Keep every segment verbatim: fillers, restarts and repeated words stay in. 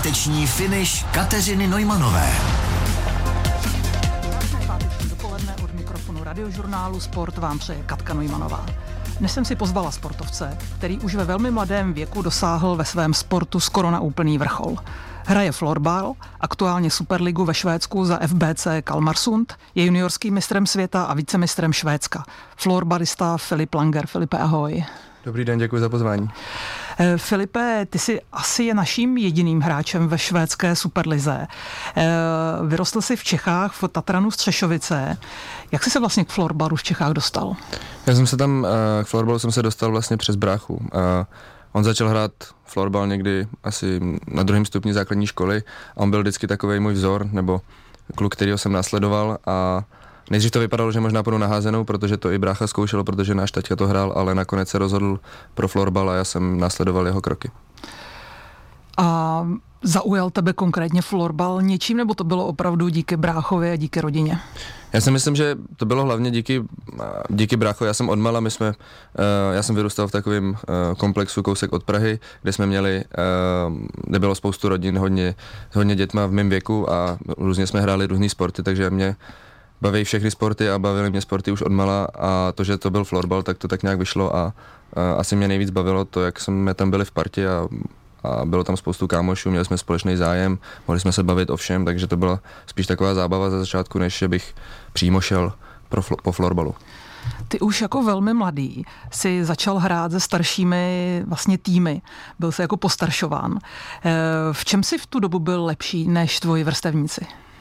Páteční finish Kateřiny Neumanové. Páteční dopoledne od mikrofonu Radiožurnálu Sport vám přeje Katka Neumannová. Dnes jsem si pozvala sportovce, který už ve velmi mladém věku dosáhl ve svém sportu skoro na úplný vrchol. Hraje florbal, aktuálně Superligu ve Švédsku za F B C Kalmarsund, je juniorským mistrem světa a vicemistrem Švédska. Florbalista Filip Langer. Filipe, ahoj. Dobrý den, děkuji za pozvání. Filipe, ty jsi asi naším jediným hráčem ve švédské Superlize. Vyrostl jsi v Čechách, v Tatranu Střešovice. Jak jsi se vlastně k florbalu v Čechách dostal? Já jsem se tam, k florbalu jsem se dostal vlastně přes bráchu. On začal hrát florbal někdy asi na druhém stupni základní školy a on byl vždycky takovej můj vzor, nebo kluk, kterýho jsem následoval a nejdřív to vypadalo, že možná půjdu na házenou, protože to i brácha zkoušel, protože náš taťka to hrál, ale nakonec se rozhodl pro florbal a já jsem následoval jeho kroky. A zaujal tebe konkrétně florbal něčím, nebo to bylo opravdu díky bráchovi a díky rodině? Já si myslím, že to bylo hlavně díky, díky bráchovi. Já jsem odmala, my jsme, já jsem vyrůstal v takovém komplexu kousek od Prahy, kde jsme měli, kde bylo spoustu rodin, hodně, hodně dětma v mém věku a různě jsme hráli různý sporty, takže mě baví všechny sporty a bavily mě sporty už odmala a to, že to byl florbal, tak to tak nějak vyšlo a, a asi mě nejvíc bavilo to, jak jsme tam byli v partě a, a bylo tam spoustu kámošů, měli jsme společný zájem, mohli jsme se bavit o všem, takže to byla spíš taková zábava za začátku, než že bych přímo šel pro, po florbalu. Ty už jako velmi mladý si začal hrát se staršími vlastně týmy, byl jsi jako postaršován. V čem jsi v tu dobu byl lepší než tvoji vrstevníci?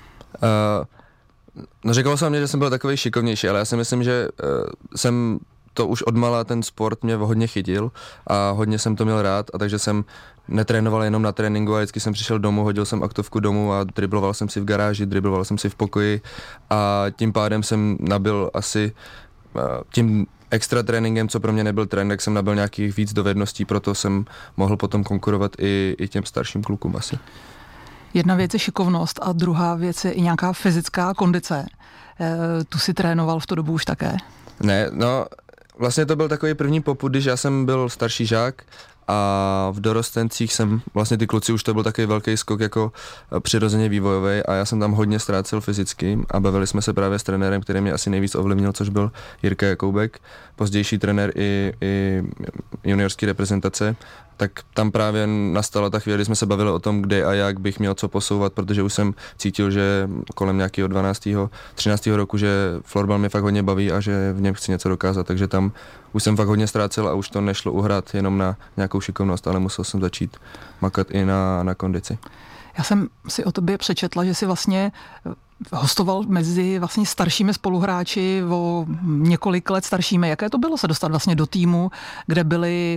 Uh, No řekl jsem mě, že jsem byl takový šikovnější, ale já si myslím, že uh, jsem to už odmala, ten sport mě hodně chytil a hodně jsem to měl rád a takže jsem netrénoval jenom na tréninku a vždycky jsem přišel domů, hodil jsem aktovku domů a dribloval jsem si v garáži, dribloval jsem si v pokoji a tím pádem jsem nabil asi uh, tím extra tréninkem, co pro mě nebyl trénink, jsem nabil nějakých víc dovedností, proto jsem mohl potom konkurovat i, i těm starším klukům asi. Jedna věc je šikovnost a druhá věc je i nějaká fyzická kondice. E, tu si trénoval v tu dobu už také? Ne, no vlastně to byl takový první popud, když já jsem byl starší žák a v dorostencích jsem, vlastně ty kluci už to byl takový velký skok jako přirozeně vývojový a já jsem tam hodně ztrácel fyzicky a bavili jsme se právě s trenérem, který mě asi nejvíc ovlivnil, což byl Jirka Jakoubek, pozdější trenér i, i juniorské reprezentace. Tak tam právě nastala ta chvíle, kdy jsme se bavili o tom, kde a jak bych měl co posouvat, protože už jsem cítil, že kolem nějakého dvanáctého třináctého roku, že florbal mě fakt hodně baví a že v něm chci něco dokázat, takže tam už jsem fakt hodně ztrácel a už to nešlo uhrát jenom na nějakou šikovnost, ale musel jsem začít makat i na, na kondici. Já jsem si o tobě přečetla, že jsi vlastně hostoval mezi vlastně staršími spoluhráči o několik let staršími. Jaké to bylo se dostat vlastně do týmu, kde byli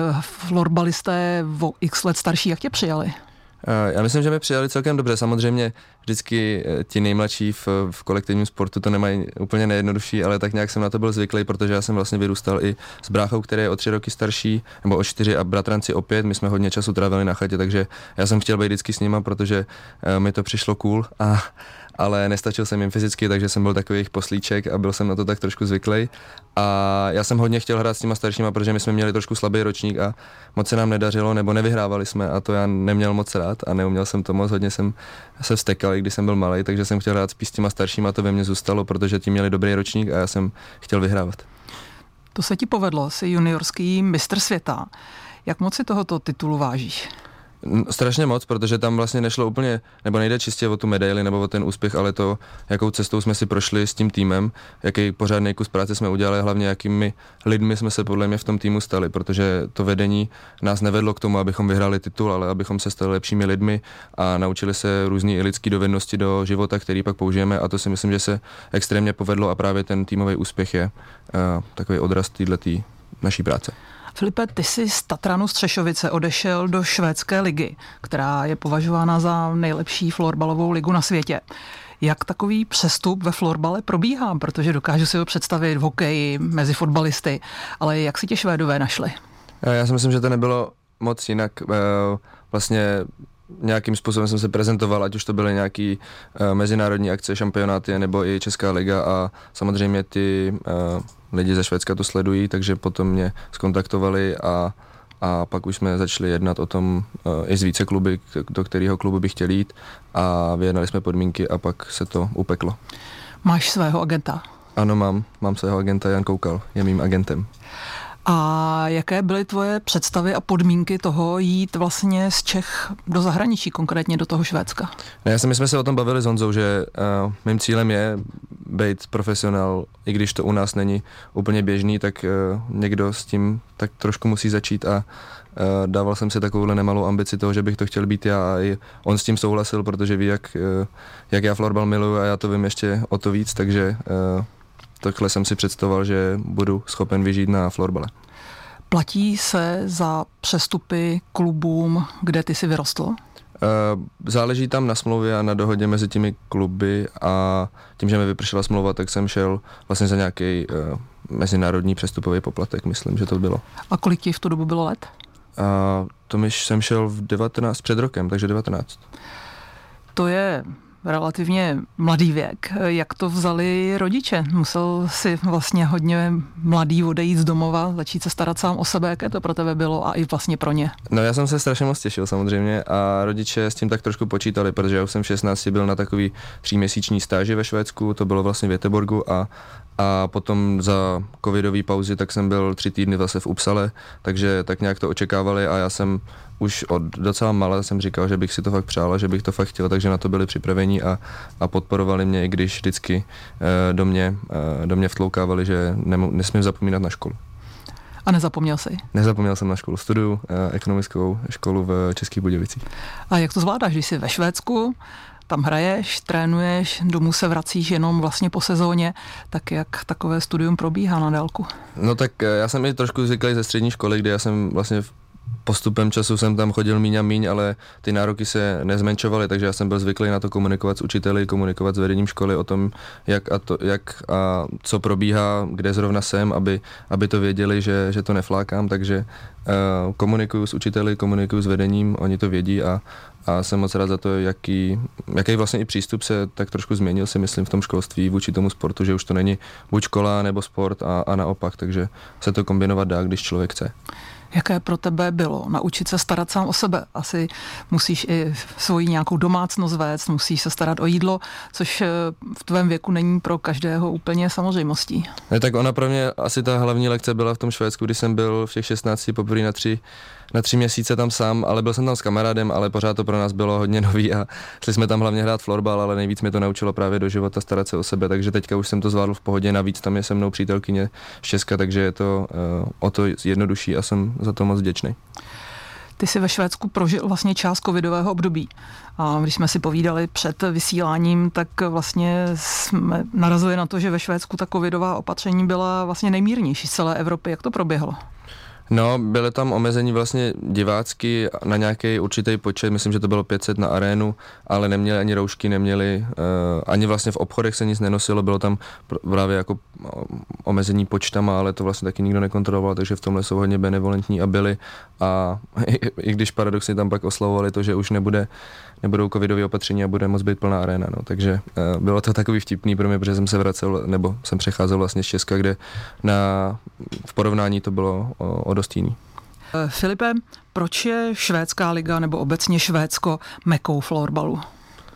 florbalisté o x let starší? Jak tě přijali? Já myslím, že mě přijali celkem dobře. Samozřejmě vždycky ti nejmladší v, v kolektivním sportu to nemají úplně nejjednodušší, ale tak nějak jsem na to byl zvyklý, protože já jsem vlastně vyrůstal i s bráchou, který je o tři roky starší, nebo o čtyři a bratranci o pět. My jsme hodně času trávili na chatě, takže já jsem chtěl být vždycky s nima, protože mi to přišlo cool a ale nestačil jsem jim fyzicky, takže jsem byl takový jejich poslíček a byl jsem na to tak trošku zvyklý. A já jsem hodně chtěl hrát s těma staršíma, protože my jsme měli trošku slabý ročník a moc se nám nedařilo, nebo nevyhrávali jsme a to já neměl moc rád a neuměl jsem to moc, hodně jsem se vztekal, i když jsem byl malý, takže jsem chtěl hrát spíš s těma staršíma a to ve mně zůstalo, protože ti měli dobrý ročník a já jsem chtěl vyhrávat. To se ti povedlo, jsi juniorský mistr světa. Jak moc si tohoto titulu vážíš? Strašně moc, protože tam vlastně nešlo úplně, nebo nejde čistě o tu medaili nebo o ten úspěch, ale to, jakou cestou jsme si prošli s tím týmem, jaký pořádný kus práce jsme udělali, hlavně jakými lidmi jsme se podle mě v tom týmu stali, protože to vedení nás nevedlo k tomu, abychom vyhráli titul, ale abychom se stali lepšími lidmi a naučili se různé i lidské dovednosti do života, který pak použijeme a to si myslím, že se extrémně povedlo a právě ten týmový úspěch je uh, takový odraz této naší práce. Filipe, ty jsi z Tatranu Střešovice odešel do švédské ligy, která je považována za nejlepší florbalovou ligu na světě. Jak takový přestup ve florbale probíhá? Protože dokážu si ho představit v hokeji mezi fotbalisty, ale jak si tě Švédové našli? Já si myslím, že to nebylo moc jinak. Vlastně nějakým způsobem jsem se prezentoval, ať už to byly nějaký mezinárodní akce, šampionáty nebo i Česká liga a samozřejmě ty lidi ze Švédska to sledují, takže potom mě skontaktovali a, a pak už jsme začali jednat o tom uh, i z více kluby, do kterého klubu bych chtěl jít a vyjednali jsme podmínky a pak se to upeklo. Máš svého agenta? Ano, mám. Mám svého agenta, Jan Koukal, je mým agentem. A jaké byly tvoje představy a podmínky toho jít vlastně z Čech do zahraničí, konkrétně do toho Švédska? Ne, já si, my jsme se o tom bavili s Honzou, že uh, mým cílem je být profesionál, i když to u nás není úplně běžný, tak uh, někdo s tím tak trošku musí začít a uh, dával jsem si takovouhle nemalou ambici toho, že bych to chtěl být já a i on s tím souhlasil, protože ví, jak, uh, jak já florbal miluju a já to vím ještě o to víc, takže uh, takhle jsem si představoval, že budu schopen vyžít na florbale. Platí se za přestupy klubům, kde ty jsi vyrostl? Záleží tam na smlouvě a na dohodě mezi těmi kluby a tím, že mi vypršela smlouva, tak jsem šel vlastně za nějaký uh, mezinárodní přestupový poplatek, myslím, že to bylo. A kolik ti v tu dobu bylo let? A to mi jsem šel v devatenáct, před rokem, takže devatenáct. To je relativně mladý věk. Jak to vzali rodiče? Musel si vlastně hodně mladý odejít z domova, začít se starat sám o sebe, jaké to pro tebe bylo a i vlastně pro ně? No já jsem se strašně moc těšil samozřejmě a rodiče s tím tak trošku počítali, protože já už jsem v šestnácti byl na takový tříměsíční stáži ve Švédsku, to bylo vlastně v Göteborgu a a potom za covidový pauzy tak jsem byl tři týdny zase v Uppsale, takže tak nějak to očekávali a já jsem už od docela malé jsem říkal, že bych si to fakt přál, že bych to fakt chtěl, takže na to byli připraveni a, a podporovali mě, i když vždycky eh, do mě, eh, do mě vtloukávali, že nemu, nesmím zapomínat na školu. A nezapomněl jsi? Nezapomněl jsem na školu. Studuju eh, ekonomickou školu v Českých Budějovicích. A jak to zvládáš, když jsi ve Švédsku, tam hraješ, trénuješ, domů se vracíš jenom vlastně po sezóně, tak jak takové studium probíhá na dálku? No tak já jsem i trošku zvyklý ze střední školy, kde já jsem vlastně postupem času jsem tam chodil míň a míň, ale ty nároky se nezmenšovaly, takže já jsem byl zvyklý na to komunikovat s učiteli, komunikovat s vedením školy o tom, jak a, to, jak a co probíhá, kde zrovna jsem, aby, aby to věděli, že, že to neflákám, takže uh, komunikuju s učiteli, komunikuju s vedením, oni to vědí a, a jsem moc rád za to, jaký, jaký vlastně i přístup se tak trošku změnil, si myslím, v tom školství vůči tomu sportu, že už to není buď škola nebo sport a, a naopak, takže se to kombinovat dá, když člověk chce. Jaké pro tebe bylo naučit se starat sám o sebe? Asi musíš i svoji nějakou domácnost vést, musíš se starat o jídlo, což v tvém věku není pro každého úplně samozřejmostí. Ne, tak ona pro mě asi ta hlavní lekce byla v tom Švédsku, kdy jsem byl v těch šestnácti poprvé na tři, na tři měsíce tam sám, ale byl jsem tam s kamarádem, ale pořád to pro nás bylo hodně nový a šli jsme tam hlavně hrát florbal, ale nejvíc mě to naučilo právě do života starat se o sebe, takže teďka už jsem to zvládl v pohodě, navíc tam je se mnou přítelkyně z Česka, takže je to uh, o to jednodušší a jsem za to moc vděčný. Ty jsi ve Švédsku prožil vlastně část covidového období. A když jsme si povídali před vysíláním, tak vlastně jsme narazili na to, že ve Švédsku ta covidová opatření byla vlastně nejmírnější z celé Evropy. Jak to proběhlo? No, byly tam omezení vlastně divácky na nějaký určitý počet, myslím, že to bylo pět set na arénu, ale neměli ani roušky, neměli, uh, ani vlastně v obchodech se nic nenosilo, bylo tam právě jako omezení počtama, ale to vlastně taky nikdo nekontroloval, takže v tomhle jsou hodně benevolentní a byli a i, i když paradoxně tam pak oslavovali to, že už nebude, nebudou covidové opatření a bude moc být plná aréna, no, takže uh, bylo to takový vtipný pro mě, protože jsem se vracel, nebo jsem přecházel vlastně z Česka, kde na, v porovnání to bylo o, o dost jiný. Filipe, proč je švédská liga nebo obecně Švédsko mekou florbalu? Uh,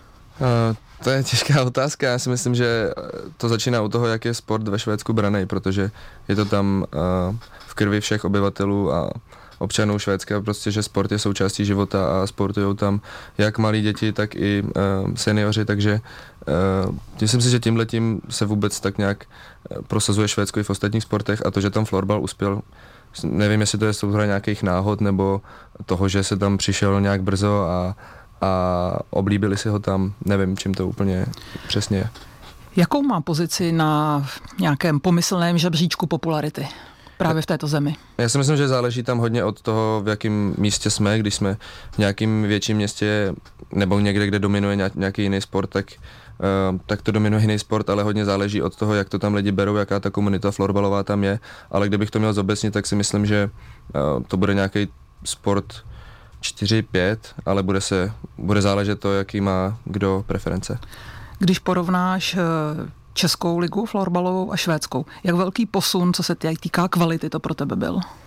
to je těžká otázka. Já si myslím, že to začíná u toho, jak je sport ve Švédsku branej, protože je to tam uh, v krvi všech obyvatelů a občanů Švédska, prostě, že sport je součástí života a sportujou tam jak malí děti, tak i uh, seniori, takže uh, myslím si, že tímhletím se vůbec tak nějak prosazuje Švédsko i v ostatních sportech a to, že tam florbal uspěl, nevím, jestli to je souhra nějakých náhod nebo toho, že se tam přišel nějak brzo a, a oblíbili si ho tam, nevím, čím to úplně přesně je. Jakou má pozici na nějakém pomyslném žebříčku popularity právě v této zemi? Já si myslím, že záleží tam hodně od toho, v jakém místě jsme. Když jsme v nějakém větším městě nebo někde, kde dominuje nějaký jiný sport, tak Uh, tak to dominuje jiný sport, ale hodně záleží od toho, jak to tam lidi berou, jaká ta komunita florbalová tam je, ale kdybych to měl zobecnit, tak si myslím, že uh, to bude nějaký sport čtyři pět, ale bude se bude záležet to, jaký má kdo preference. Když porovnáš Českou ligu florbalovou a švédskou, jak velký posun, co se týká kvality, to pro tebe byl?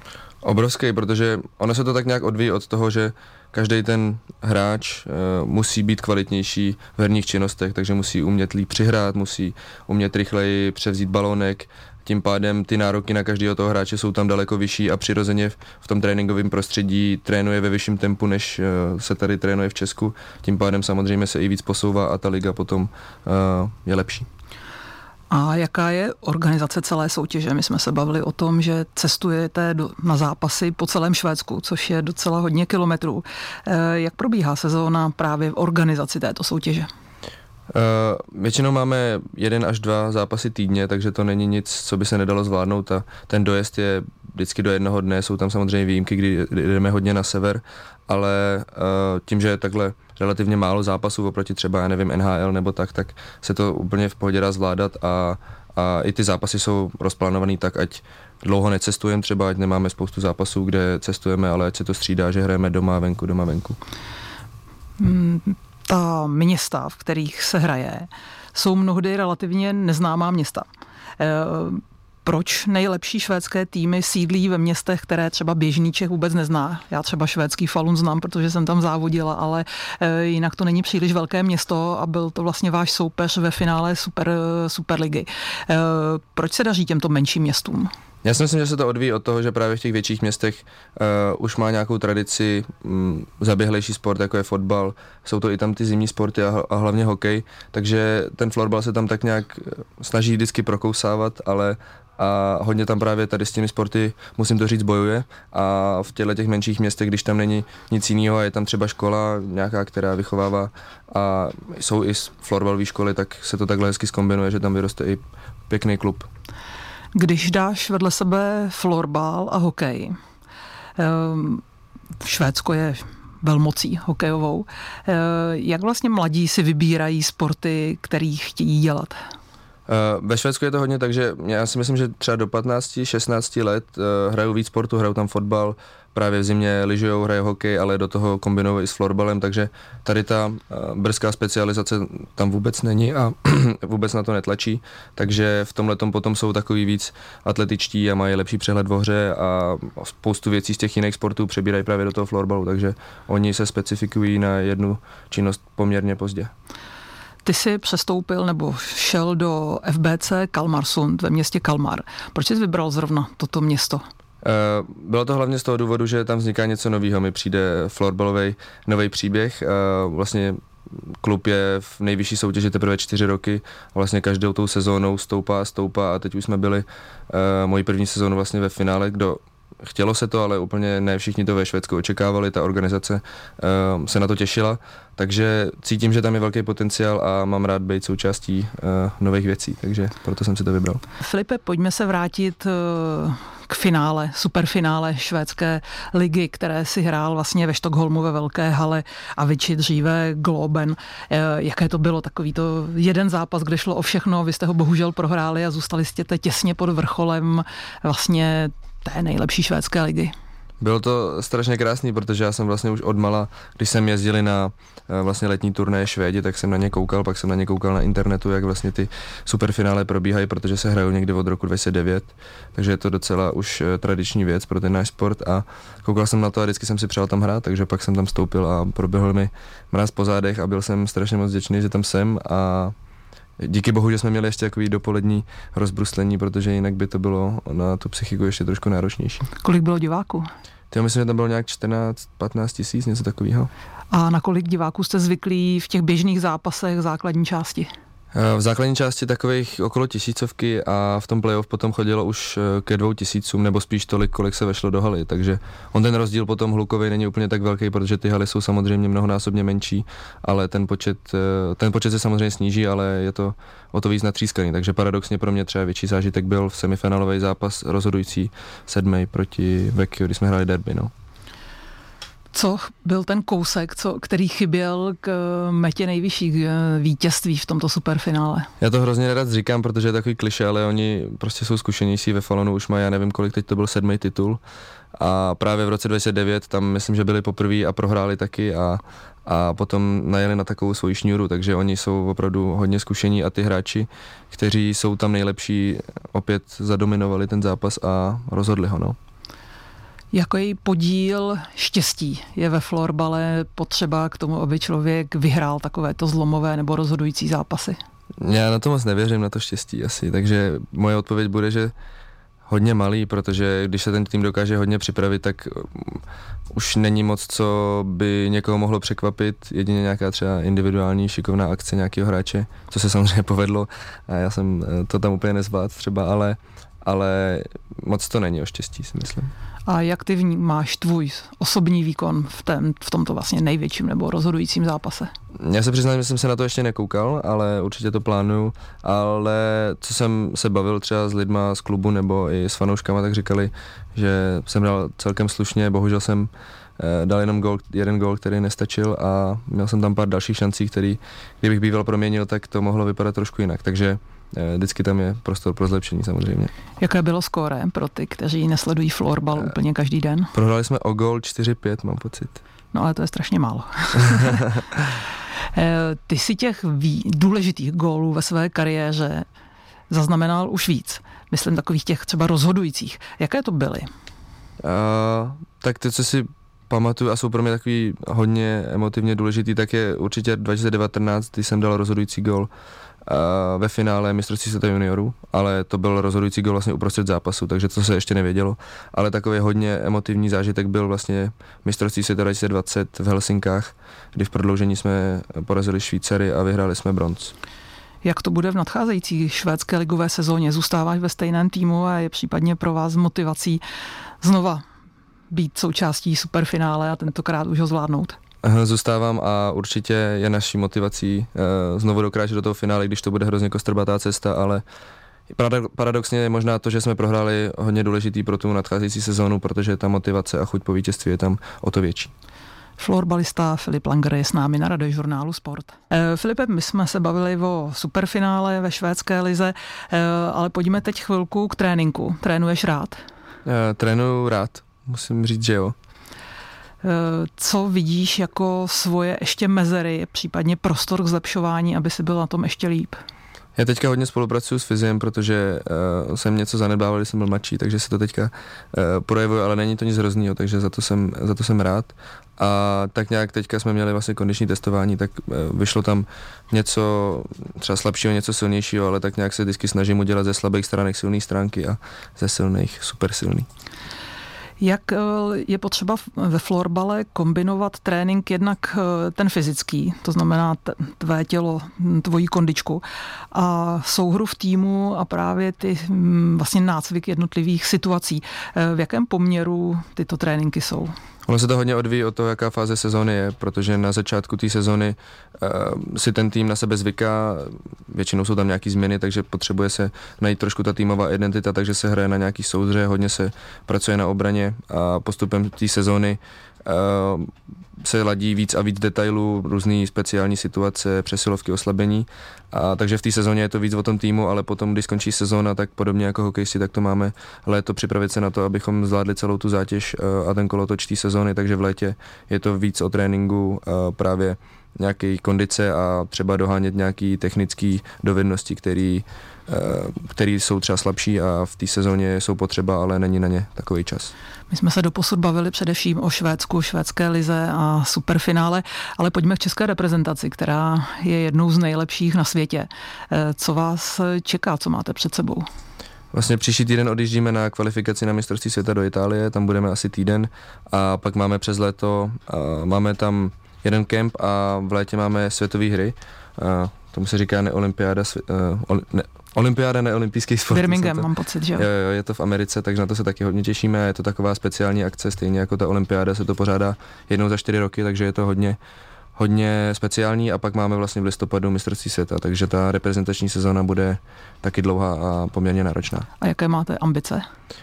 Obrovský, protože ono se to tak nějak odvíjí od toho, že každý ten hráč uh, musí být kvalitnější v herních činnostech, takže musí umět líp přihrát, musí umět rychleji převzít balónek, tím pádem ty nároky na každého toho hráče jsou tam daleko vyšší a přirozeně v, v tom tréninkovém prostředí trénuje ve vyšším tempu, než uh, se tady trénuje v Česku, tím pádem samozřejmě se i víc posouvá a ta liga potom uh, je lepší. A jaká je organizace celé soutěže? My jsme se bavili o tom, že cestujete do, na zápasy po celém Švédsku, což je docela hodně kilometrů. E, jak probíhá sezóna právě v organizaci této soutěže? Uh, většinou máme jeden až dva zápasy týdně, takže to není nic, co by se nedalo zvládnout a ten dojezd je vždycky do jednoho dne, jsou tam samozřejmě výjimky, kdy jdeme hodně na sever, ale uh, tím, že je takhle relativně málo zápasů oproti třeba, já nevím, N H L nebo tak, tak se to úplně v pohodě dá zvládat a, a i ty zápasy jsou rozplánovaný tak, ať dlouho necestujeme třeba, ať nemáme spoustu zápasů, kde cestujeme, ale ať se to střídá, že hrajeme doma, venku, doma, venku. Hmm. Ta města, v kterých se hraje, jsou mnohdy relativně neznámá města. E, proč nejlepší švédské týmy sídlí ve městech, které třeba běžný Čech vůbec nezná? Já třeba švédský Falun znám, protože jsem tam závodila, ale e, jinak to není příliš velké město a byl to vlastně váš soupeř ve finále super, Superligy. E, proč se daří těmto menším městům? Já si myslím, že se to odvíjí od toho, že právě v těch větších městech uh, už má nějakou tradici um, zaběhlejší sport, jako je fotbal, jsou to i tam ty zimní sporty a, a hlavně hokej, takže ten florbal se tam tak nějak snaží vždycky prokousávat, ale a hodně tam právě tady s těmi sporty, musím to říct, bojuje a v těchto těch menších městech, když tam není nic jiného a je tam třeba škola nějaká, která vychovává a jsou i florbalové školy, tak se to takhle hezky zkombinuje, že tam vyroste i pěkný klub. Když dáš vedle sebe florbal a hokej, Švédsko je velmocí hokejovou, jak vlastně mladí si vybírají sporty, který chtějí dělat? Ve Švédsku je to hodně tak, že já si myslím, že třeba do patnácti šestnácti let hrajou víc sportu, hrajou tam fotbal, právě v zimě lyžujou, hrajou hokej, ale do toho kombinují i s florbalem, takže tady ta brzká specializace tam vůbec není a vůbec na to netlačí, takže v tomhletom potom jsou takový víc atletičtí a mají lepší přehled v hře a spoustu věcí z těch jiných sportů přebírají právě do toho florbalu, takže oni se specifikují na jednu činnost poměrně pozdě. Ty jsi přestoupil nebo šel do F B C Kalmarsund ve městě Kalmar. Proč jsi vybral zrovna toto město? Bylo to hlavně z toho důvodu, že tam vzniká něco nového. Mi přijde florbalový nový příběh. Vlastně klub je v nejvyšší soutěži teprve čtyři roky. Vlastně každou tou sezónou stoupá, stoupá a teď už jsme byli moji první sezónu vlastně ve finále, kdo chtělo se to, ale úplně ne všichni to ve Švédsku očekávali, ta organizace uh, se na to těšila, takže cítím, že tam je velký potenciál a mám rád být součástí uh, nových věcí, takže proto jsem si to vybral. Filipe, pojďme se vrátit uh, k finále, superfinále švédské ligy, které si hrál vlastně ve Stockholmu ve velké hale a Avicii dříve Globen. Uh, jaké to bylo, takový to jeden zápas, kde šlo o všechno, vy jste ho bohužel prohráli a zůstali jste těsně pod vrcholem vlastně té nejlepší švédské ligy. Bylo to strašně krásný, protože já jsem vlastně už odmala, když jsem jezdili na vlastně letní turné Švédi, tak jsem na ně koukal, pak jsem na ně koukal na internetu, jak vlastně ty superfinále probíhají, protože se hrajou někdy od roku dva tisíce devět, takže je to docela už tradiční věc pro ten náš sport a koukal jsem na to a vždycky jsem si přál tam hrát, takže pak jsem tam vstoupil a proběhl mi mráz po zádech a byl jsem strašně moc vděčný, že tam jsem a díky bohu, že jsme měli ještě takový dopolední rozbruslení, protože jinak by to bylo na tu psychiku ještě trošku náročnější. Kolik bylo diváků? Já myslím, že tam bylo nějak čtrnáct patnáct tisíc, něco takového. A na kolik diváků jste zvyklí v těch běžných zápasech v základní části? V základní části takových okolo tisícovky a v tom playoff potom chodilo už ke dvou tisícům, nebo spíš tolik, kolik se vešlo do haly, takže on ten rozdíl potom hlukový není úplně tak velký, protože ty haly jsou samozřejmě mnohonásobně menší, ale ten počet, ten počet se samozřejmě sníží, ale je to o to víc natřískaný, takže paradoxně pro mě třeba větší zážitek byl v semifinálový zápas rozhodující sedmý proti Vecchio, když jsme hráli derby, no. Co byl ten kousek, co, který chyběl k metě nejvyšších vítězství v tomto superfinále? Já to hrozně nerad říkám, protože je takový klišé, ale oni prostě jsou zkušenější ve Falunu, už mají, já nevím kolik, teď to byl sedmý titul a právě v roce dva tisíce devět tam myslím, že byli poprvé a prohráli taky a, a potom najeli na takovou svoji šňůru, takže oni jsou opravdu hodně zkušení a ty hráči, kteří jsou tam nejlepší, opět zadominovali ten zápas a rozhodli ho, no. Jaký podíl štěstí je ve florbale potřeba k tomu, aby člověk vyhrál takovéto zlomové nebo rozhodující zápasy? Já na to moc nevěřím, na to štěstí asi, takže moje odpověď bude, že hodně malý, protože když se ten tým dokáže hodně připravit, tak už není moc, co by někoho mohlo překvapit, jedině nějaká třeba individuální šikovná akce nějakého hráče, co se samozřejmě povedlo a já jsem to tam úplně nezvládl třeba, ale, ale moc to není o štěstí, si myslím. A jak ty vnímáš tvůj osobní výkon v, tém, v tomto vlastně největším nebo rozhodujícím zápase? Já se přiznám, že jsem se na to ještě nekoukal, ale určitě to plánuju, ale co jsem se bavil třeba s lidma z klubu nebo i s fanouškama, tak říkali, že jsem dal celkem slušně, bohužel jsem eh, dal jenom gól, jeden gól, který nestačil a měl jsem tam pár dalších šancí, který, kdybych býval proměnil, tak to mohlo vypadat trošku jinak, takže eh, vždycky tam je prostor pro zlepšení samozřejmě. Jaké bylo skóre pro ty, kteří nesledují florbal eh, úplně každý den? Prohráli jsme o gól čtyři pět, mám pocit. No ale to je strašně málo. Ty si těch vý, důležitých gólů ve své kariéře zaznamenal už víc. Myslím takových těch třeba rozhodujících. Jaké to byly? Uh, tak to, co si pamatuju a jsou pro mě takový hodně emotivně důležitý, tak je určitě dva tisíce devatenáct, kdy jsem dal rozhodující gól uh, ve finále mistrovství světa juniorů, ale to byl rozhodující gól vlastně uprostřed zápasu, takže to se ještě nevědělo. Ale takový hodně emotivní zážitek byl vlastně mistrovství světa dva tisíce dvacet v Helsinkách, kdy v prodloužení jsme porazili Švýcary a vyhráli jsme bronz. Jak to bude v nadcházející švédské ligové sezóně? Zůstáváš ve stejném týmu a je případně pro vás motivací znova být součástí superfinále a tentokrát už ho zvládnout? Zůstávám a určitě je naší motivací uh, znovu dokráčet do toho finále, když to bude hrozně kostrbatá cesta, ale paradoxně je možná to, že jsme prohráli hodně důležitý pro tu nadcházející sezónu, protože ta motivace a chuť po vítězství je tam o to větší. Florbalista Filip Langer je s námi na Radiožurnálu Sport. E, Filipe, my jsme se bavili o superfinále ve švédské lize, e, ale pojďme teď chvilku k tréninku. Trénuješ rád? E, trénuju rád, musím říct, že jo. E, co vidíš jako svoje ještě mezery, případně prostor k zlepšování, aby si byl na tom ještě líp? Já teďka hodně spolupracuju s fyziem, protože uh, jsem něco zanedbával, když jsem byl mladší, takže se to teďka uh, projevuje, ale není to nic hroznýho, takže za to jsem, za to jsem rád. A tak nějak teďka jsme měli vlastně kondiční testování, tak uh, vyšlo tam něco třeba slabšího, něco silnějšího, ale tak nějak se vždycky snažím udělat ze slabých stránek silné stránky a ze silných super silný. Jak je potřeba ve florbale kombinovat trénink jednak ten fyzický, to znamená tvé tělo, tvoji kondičku a souhru v týmu a právě ty vlastně nácvik jednotlivých situací. V jakém poměru tyto tréninky jsou? Ono se to hodně odvíjí od toho, jaká fáze sezóny je, protože na začátku té sezóny uh, si ten tým na sebe zvyká, většinou jsou tam nějaký změny, takže potřebuje se najít trošku ta týmová identita, takže se hraje na nějaký soudře, hodně se pracuje na obraně a postupem té sezóny uh, se ladí víc a víc detailů, různý speciální situace, přesilovky, oslabení. A takže v té sezóně je to víc o tom týmu, ale potom, když skončí sezóna, tak podobně jako hokejisti, tak to máme léto připravit se na to, abychom zvládli celou tu zátěž a ten kolotoč té sezóny, takže v létě je to víc o tréninku, právě nějaké kondice a třeba dohánět nějaké technické dovednosti, který, který jsou třeba slabší a v té sezóně jsou potřeba, ale není na ně takový čas. My jsme se doposud bavili především o Švédsku, švédské lize a superfinále, ale pojďme k české reprezentaci, která je jednou z nejlepších na světě. Co vás čeká, co máte před sebou? Vlastně příští týden odjíždíme na kvalifikaci na mistrovství světa do Itálie, tam budeme asi týden a pak máme přes léto, máme tam jeden kemp a v létě máme světové hry, tomu se říká neolympiáda, ne, olympiáda neolympijských sportů. Birmingham, mám pocit, že jo? Jo, jo, je to v Americe, takže na to se taky hodně těšíme, je to taková speciální akce, stejně jako ta olympiáda se to pořádá jednou za čtyři roky, takže je to hodně hodně speciální a pak máme vlastně v listopadu mistrovství světa, takže ta reprezentační sezóna bude taky dlouhá a poměrně náročná. A jaké máte ambice?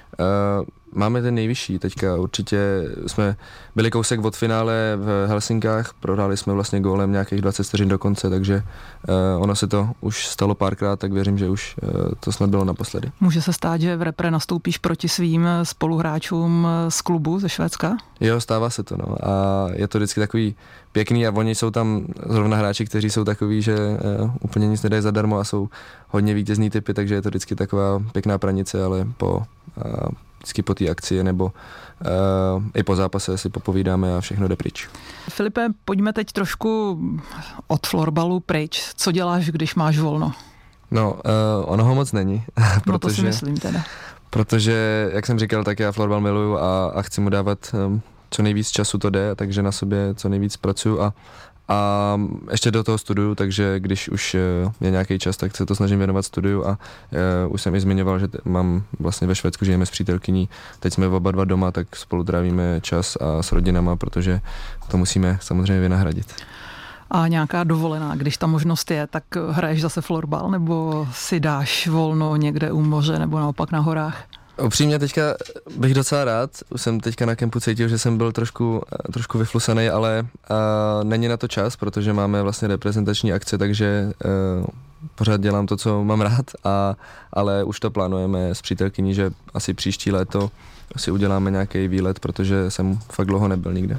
Uh, máme ten nejvyšší, teďka určitě jsme byli kousek od finále v Helsinkách, prohráli jsme vlastně gólem nějakých dvacet vteřin do konce, takže uh, ono se to už stalo párkrát, tak věřím, že už uh, to snad bylo naposledy. Může se stát, že v repre nastoupíš proti svým spoluhráčům z klubu ze Švédska? Jo, stává se to, no. A je to vždycky takový pěkný a oni jsou tam zrovna hráči, kteří jsou takový, že uh, úplně nic nedají zadarmo a jsou hodně vítězný typy, takže je to vždycky taková pěkná pranice, ale po, uh, vždycky po té akci nebo uh, i po zápase si popovídáme a všechno jde pryč. Filipe, pojďme teď trošku od florbalu pryč. Co děláš, když máš volno? No, uh, ono ho moc není. protože, no to si myslím teda. Protože, jak jsem říkal, tak já florbal miluju a, a chci mu dávat um, co nejvíc času to jde, takže na sobě co nejvíc pracuju a A ještě do toho studuju, takže když už je nějaký čas, tak se to snažím věnovat studiu a uh, už jsem i zmiňoval, že t- mám vlastně ve Švédsku, žijeme s přítelkyní, teď jsme oba dva doma, tak spolu trávíme čas a s rodinama, protože to musíme samozřejmě vynahradit. A nějaká dovolená, když ta možnost je, tak hraješ zase florbal nebo si dáš volno někde u moře nebo naopak na horách? Upřímně teďka bych docela rád, už jsem teďka na kempu cítil, že jsem byl trošku, trošku vyflusaný, ale uh, není na to čas, protože máme vlastně reprezentační akce, takže uh, pořád dělám to, co mám rád, a, ale už to plánujeme s přítelkyní, že asi příští léto si uděláme nějaký výlet, protože jsem fakt dlouho nebyl nikde.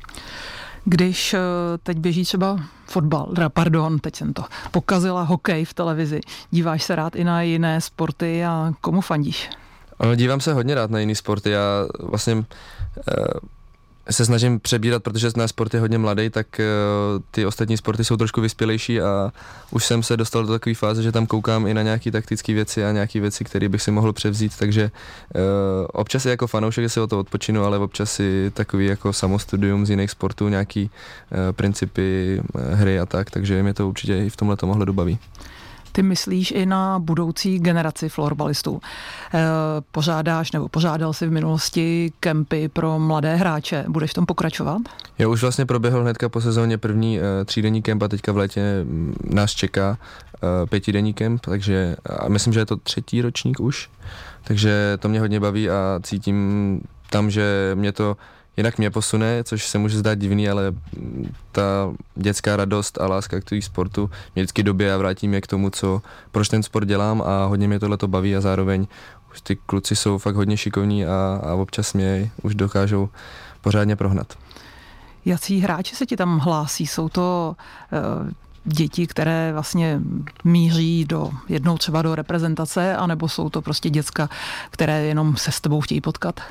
Když teď běží třeba fotbal, pardon, teď jsem to pokazila, hokej v televizi, díváš se rád i na jiné sporty a komu fandíš? Ano, dívám se hodně rád na jiný sporty. Já vlastně uh, se snažím přebírat, protože náš sport je hodně mladý, tak uh, ty ostatní sporty jsou trošku vyspělejší a už jsem se dostal do takové fáze, že tam koukám i na nějaké taktické věci a nějaké věci, které bych si mohl převzít, takže uh, občas i jako fanoušek si o to odpočinu, ale občas si takový jako samostudium z jiných sportů, nějaký uh, principy uh, hry a tak, takže mě to určitě i v tomhle tom ohledu baví. Ty myslíš i na budoucí generaci florbalistů. E, pořádáš nebo pořádal jsi v minulosti kempy pro mladé hráče. Budeš v tom pokračovat? Jo, už vlastně proběhl hnedka po sezóně první e, třídenní kemp a teďka v létě nás čeká e, pětidenní kemp, takže a myslím, že je to třetí ročník už, takže to mě hodně baví a cítím tam, že mě to jinak mě posune, což se může zdát divný, ale ta dětská radost a láska k tomu sportu mě vždycky době a vrátí mě k tomu, co, proč ten sport dělám a hodně mě tohleto baví a zároveň už ty kluci jsou fakt hodně šikovní a, a občas mě už dokážou pořádně prohnat. Jací hráči se ti tam hlásí? Jsou to uh, děti, které vlastně míří do jednou třeba do reprezentace, anebo jsou to prostě děcka, které jenom se s tebou chtějí potkat?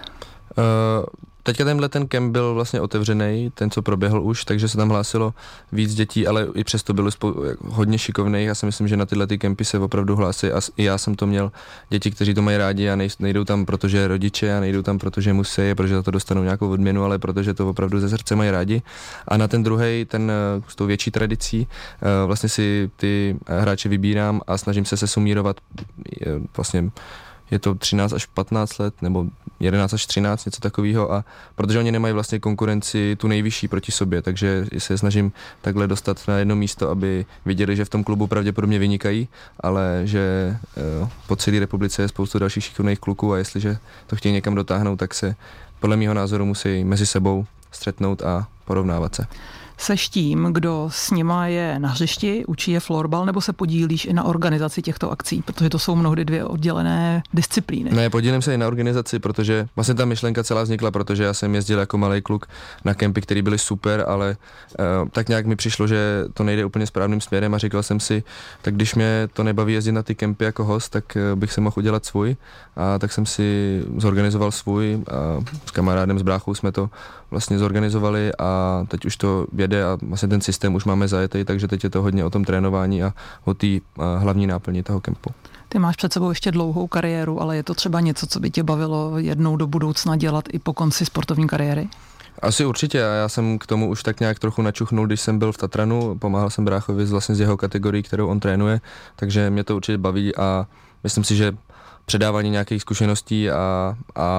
Uh, Teďka tenhle ten kemp byl vlastně otevřený, ten, co proběhl už, takže se tam hlásilo víc dětí, ale i přesto bylo spou- hodně šikovných. Já si myslím, že na tyhle ty kempy se opravdu hlásí a i já jsem to měl děti, kteří to mají rádi a nej- nejdou tam, protože rodiče a nejdou tam, protože musí, protože za to dostanou nějakou odměnu, ale protože to opravdu ze srdce mají rádi. A na ten druhý, ten s tou větší tradicí, vlastně si ty hráče vybírám a snažím se se sumírovat vlastně. Je to třináct až patnáct let, nebo jedenáct až třináct, něco takového, a protože oni nemají vlastně konkurenci tu nejvyšší proti sobě, takže se snažím takhle dostat na jedno místo, aby viděli, že v tom klubu pravděpodobně vynikají, ale že uh, po celé republice je spoustu dalších šikovných kluků a jestliže to chtějí někam dotáhnout, tak se podle mého názoru musí mezi sebou střetnout a porovnávat se. Seš tím, kdo s nima je na hřišti, učí je florbal, nebo se podílíš i na organizaci těchto akcí, protože to jsou mnohdy dvě oddělené disciplíny? Ne, podílím se i na organizaci, protože vlastně ta myšlenka celá vznikla, protože já jsem jezdil jako malý kluk na kempy, které byly super, ale uh, tak nějak mi přišlo, že to nejde úplně správným směrem a říkal jsem si, tak když mě to nebaví jezdit na ty kempy jako host, tak uh, bych se mohl udělat svůj, a tak jsem si zorganizoval svůj a s kamarádem, s bráchou jsme to vlastně zorganizovali a teď už to jede a vlastně ten systém už máme zajetý, takže teď je to hodně o tom trénování a o té hlavní náplni toho kempu. Ty máš před sebou ještě dlouhou kariéru, ale je to třeba něco, co by tě bavilo jednou do budoucna dělat i po konci sportovní kariéry? Asi určitě, a já jsem k tomu už tak nějak trochu načuchnul, když jsem byl v Tatranu, pomáhal jsem bráchovi vlastně z jeho kategorii, kterou on trénuje, takže mě to určitě baví a myslím si, že předávání nějakých zkušeností a,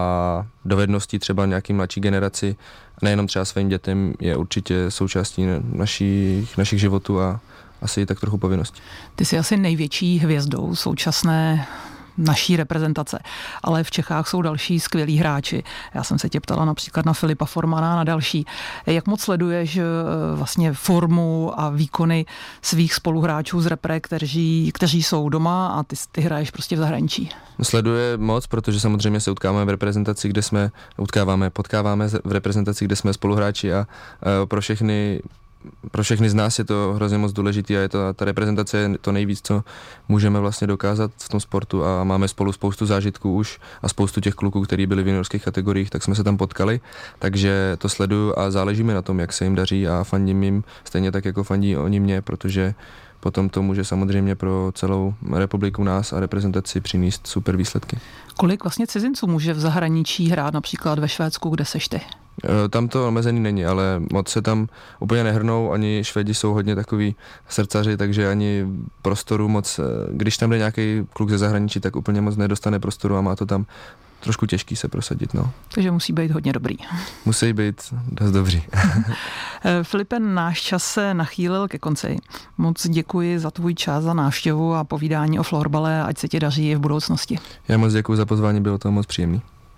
a dovedností třeba nějaký mladší generaci, nejenom třeba svým dětem, je určitě součástí našich, našich životů a asi tak trochu povinností. Ty jsi asi největší hvězdou současné naší reprezentace, ale v Čechách jsou další skvělí hráči. Já jsem se tě ptala například na Filipa Formana a na další. Jak moc sleduješ vlastně formu a výkony svých spoluhráčů z repre, kteří, kteří jsou doma a ty, ty hraješ prostě v zahraničí? Sleduje moc, protože samozřejmě se utkáváme v reprezentaci, kde jsme utkáváme, potkáváme v reprezentaci, kde jsme spoluhráči a pro všechny pro všechny z nás je to hrozně moc důležitý a je to, ta reprezentace je to nejvíc, co můžeme vlastně dokázat v tom sportu a máme spolu spoustu zážitků už a spoustu těch kluků, kteří byli v juniorských kategoriích, tak jsme se tam potkali, takže to sleduju a záleží mi na tom, jak se jim daří a fandím jim stejně tak, jako fandí oni mě, protože potom to může samozřejmě pro celou republiku nás a reprezentaci přinést super výsledky. Kolik vlastně cizinců může v zahraničí hrát například ve Švédsku, kde seš ty? Tam to omezený není, ale moc se tam úplně nehrnou, ani Švédi jsou hodně takový srdcaři, takže ani prostoru moc, když tam jde nějaký kluk ze zahraničí, tak úplně moc nedostane prostoru a má to tam trošku těžký se prosadit, no. Takže musí být hodně dobrý. Musí být dost dobří. Filipe, náš čas se nachýlil ke konci. Moc děkuji za tvůj čas, za návštěvu a povídání o florbale, ať se ti daří i v budoucnosti. Já moc děkuji za pozvání, bylo to moc příjemný.